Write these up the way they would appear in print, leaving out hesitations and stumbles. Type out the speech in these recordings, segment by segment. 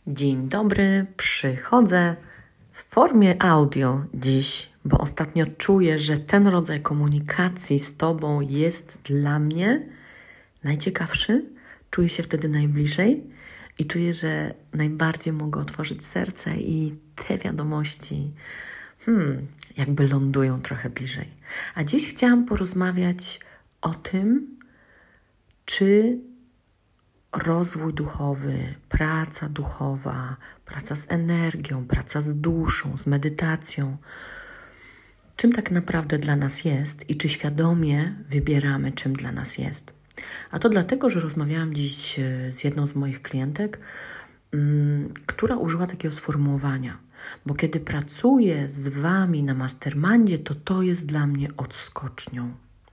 Dzień dobry, przychodzę w formie audio dziś, bo ostatnio czuję, że ten rodzaj komunikacji z Tobą jest dla mnie najciekawszy. Czuję się wtedy najbliżej i czuję, że najbardziej mogę otworzyć serce i te wiadomości jakby lądują trochę bliżej. A dziś chciałam porozmawiać o tym, czy rozwój duchowy, praca duchowa, praca z energią, praca z duszą, z medytacją, czym tak naprawdę dla nas jest i czy świadomie wybieramy, czym dla nas jest. A to dlatego, że rozmawiałam dziś z jedną z moich klientek, która użyła takiego sformułowania, bo kiedy pracuję z Wami na mastermindzie, to jest dla mnie odskocznią.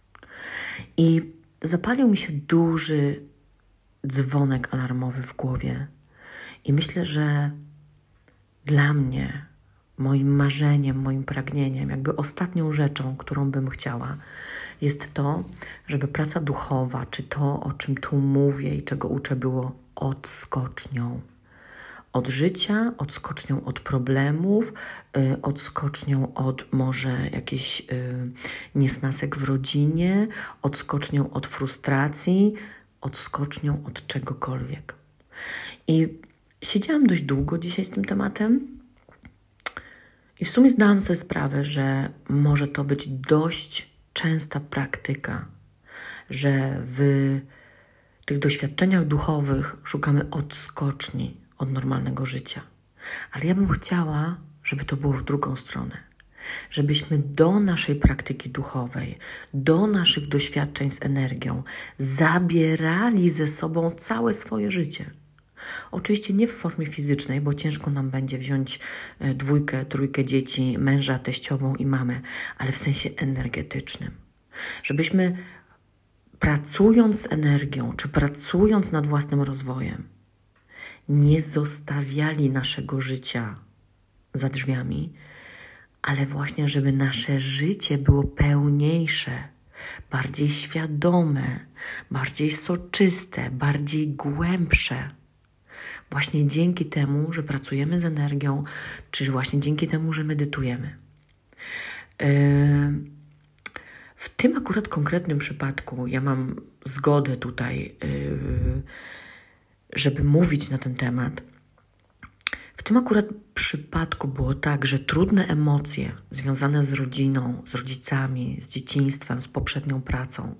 I zapalił mi się duży dzwonek alarmowy w głowie. I myślę, że dla mnie, moim marzeniem, moim pragnieniem, jakby ostatnią rzeczą, którą bym chciała, jest to, żeby praca duchowa, czy to, o czym tu mówię i czego uczę, było odskocznią. Od życia, odskocznią od problemów, odskocznią od może jakichś niesnasek w rodzinie, odskocznią od frustracji, odskocznią od czegokolwiek. I siedziałam dość długo dzisiaj z tym tematem i w sumie zdałam sobie sprawę, że może to być dość częsta praktyka, że w tych doświadczeniach duchowych szukamy odskoczni od normalnego życia. Ale ja bym chciała, żeby to było w drugą stronę. Żebyśmy do naszej praktyki duchowej, do naszych doświadczeń z energią zabierali ze sobą całe swoje życie. Oczywiście nie w formie fizycznej, bo ciężko nam będzie wziąć 2, 3 dzieci, męża, teściową i mamę, ale w sensie energetycznym. Żebyśmy pracując z energią, czy pracując nad własnym rozwojem, nie zostawiali naszego życia za drzwiami, ale właśnie, żeby nasze życie było pełniejsze, bardziej świadome, bardziej soczyste, bardziej głębsze. Właśnie dzięki temu, że pracujemy z energią, czy właśnie dzięki temu, że medytujemy. W tym akurat konkretnym przypadku ja mam zgodę tutaj, żeby mówić na ten temat. W tym akurat przypadku było tak, że trudne emocje związane z rodziną, z rodzicami, z dzieciństwem, z poprzednią pracą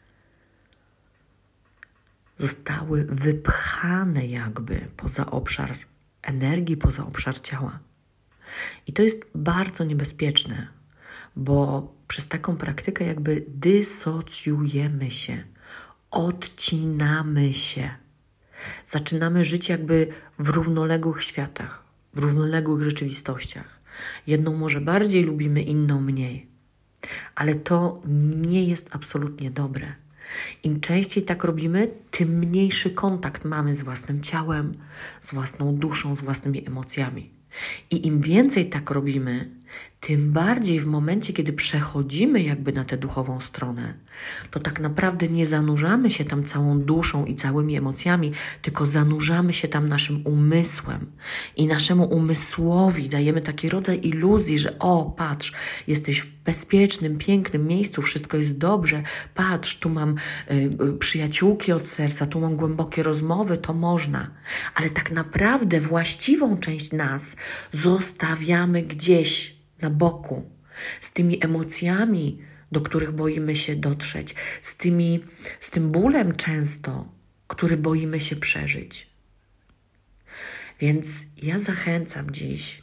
zostały wypchane jakby poza obszar energii, poza obszar ciała. I to jest bardzo niebezpieczne, bo przez taką praktykę jakby dysocjujemy się, odcinamy się. Zaczynamy żyć jakby w równoległych światach, w równoległych rzeczywistościach. Jedną może bardziej lubimy, inną mniej. Ale to nie jest absolutnie dobre. Im częściej tak robimy, tym mniejszy kontakt mamy z własnym ciałem, z własną duszą, z własnymi emocjami. I im więcej tak robimy, tym bardziej w momencie, kiedy przechodzimy jakby na tę duchową stronę, to tak naprawdę nie zanurzamy się tam całą duszą i całymi emocjami, tylko zanurzamy się tam naszym umysłem. I naszemu umysłowi dajemy taki rodzaj iluzji, że patrz, jesteś w bezpiecznym, pięknym miejscu, wszystko jest dobrze, patrz, tu mam przyjaciółki od serca, tu mam głębokie rozmowy, to można. Ale tak naprawdę właściwą część nas zostawiamy gdzieś na boku, z tymi emocjami, do których boimy się dotrzeć, z tym bólem często, który boimy się przeżyć. Więc ja zachęcam dziś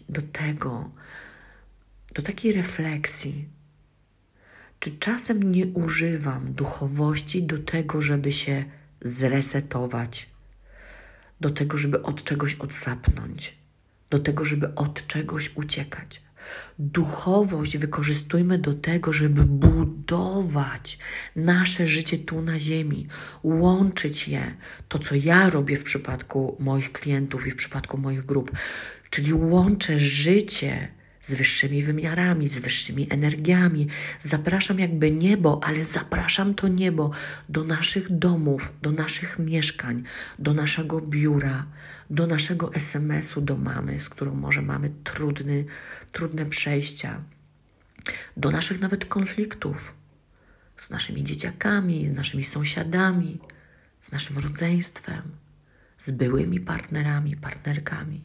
do takiej refleksji, czy czasem nie używam duchowości do tego, żeby się zresetować, do tego, żeby od czegoś odsapnąć, do tego, żeby od czegoś uciekać. Duchowość wykorzystujmy do tego, żeby budować nasze życie tu na ziemi, łączyć je, to co ja robię w przypadku moich klientów i w przypadku moich grup, czyli łączę życie z wyższymi wymiarami, z wyższymi energiami. Zapraszam jakby niebo, ale zapraszam to niebo do naszych domów, do naszych mieszkań, do naszego biura, do naszego SMS-u do mamy, z którą może mamy trudne przejścia, do naszych nawet konfliktów z naszymi dzieciakami, z naszymi sąsiadami, z naszym rodzeństwem, z byłymi partnerami, partnerkami.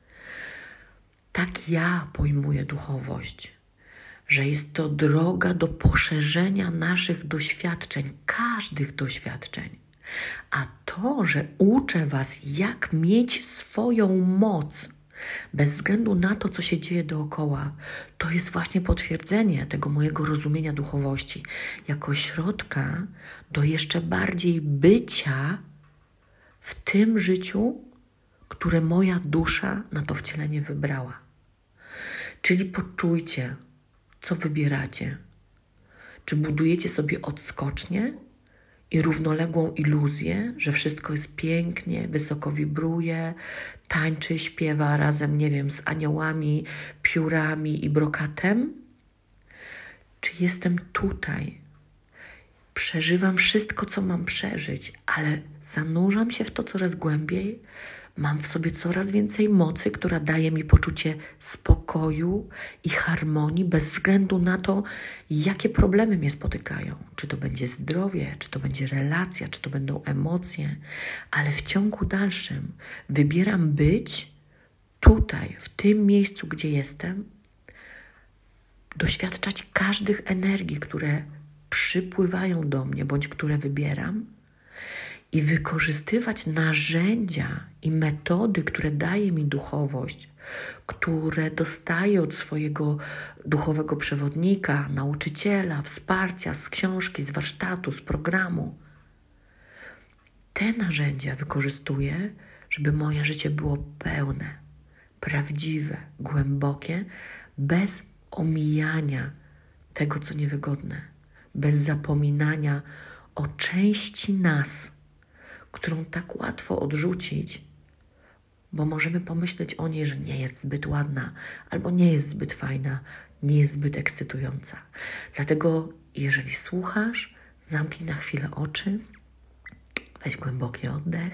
Tak ja pojmuję duchowość, że jest to droga do poszerzenia naszych doświadczeń, każdych doświadczeń. A to, że uczę Was, jak mieć swoją moc, bez względu na to, co się dzieje dookoła, to jest właśnie potwierdzenie tego mojego rozumienia duchowości jako środka do jeszcze bardziej bycia w tym życiu, które moja dusza na to wcielenie wybrała. Czyli poczujcie, co wybieracie. Czy budujecie sobie odskocznie i równoległą iluzję, że wszystko jest pięknie, wysoko wibruje, tańczy, śpiewa razem, nie wiem, z aniołami, piórami i brokatem? Czy jestem tutaj? Przeżywam wszystko, co mam przeżyć, ale zanurzam się w to coraz głębiej. Mam w sobie coraz więcej mocy, która daje mi poczucie spokoju i harmonii bez względu na to, jakie problemy mnie spotykają. Czy to będzie zdrowie, czy to będzie relacja, czy to będą emocje. Ale w ciągu dalszym wybieram być tutaj, w tym miejscu, gdzie jestem, doświadczać każdych energii, które przypływają do mnie, bądź które wybieram, i wykorzystywać narzędzia i metody, które daje mi duchowość, które dostaję od swojego duchowego przewodnika, nauczyciela, wsparcia z książki, z warsztatu, z programu. Te narzędzia wykorzystuję, żeby moje życie było pełne, prawdziwe, głębokie, bez omijania tego, co niewygodne, bez zapominania o części nas, którą tak łatwo odrzucić, bo możemy pomyśleć o niej, że nie jest zbyt ładna, albo nie jest zbyt fajna, nie jest zbyt ekscytująca. Dlatego, jeżeli słuchasz, zamknij na chwilę oczy, weź głęboki oddech,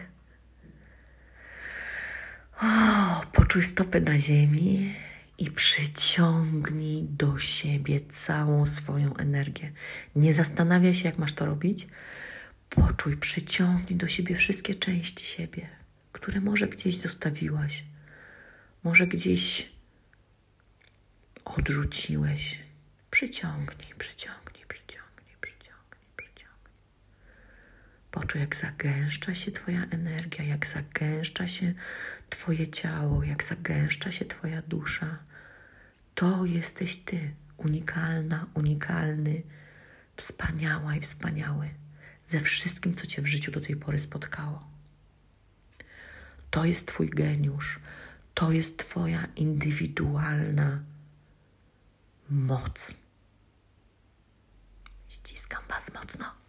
poczuj stopy na ziemi i przyciągnij do siebie całą swoją energię. Nie zastanawiaj się, jak masz to robić. Poczuj, przyciągnij do siebie wszystkie części siebie, które może gdzieś zostawiłaś, może gdzieś odrzuciłeś. Przyciągnij. Poczuj, jak zagęszcza się Twoja energia, jak zagęszcza się Twoje ciało, jak zagęszcza się Twoja dusza. To jesteś Ty, unikalna, unikalny, wspaniała i wspaniały, ze wszystkim, co Cię w życiu do tej pory spotkało. To jest Twój geniusz, to jest Twoja indywidualna moc. Ściskam Was mocno.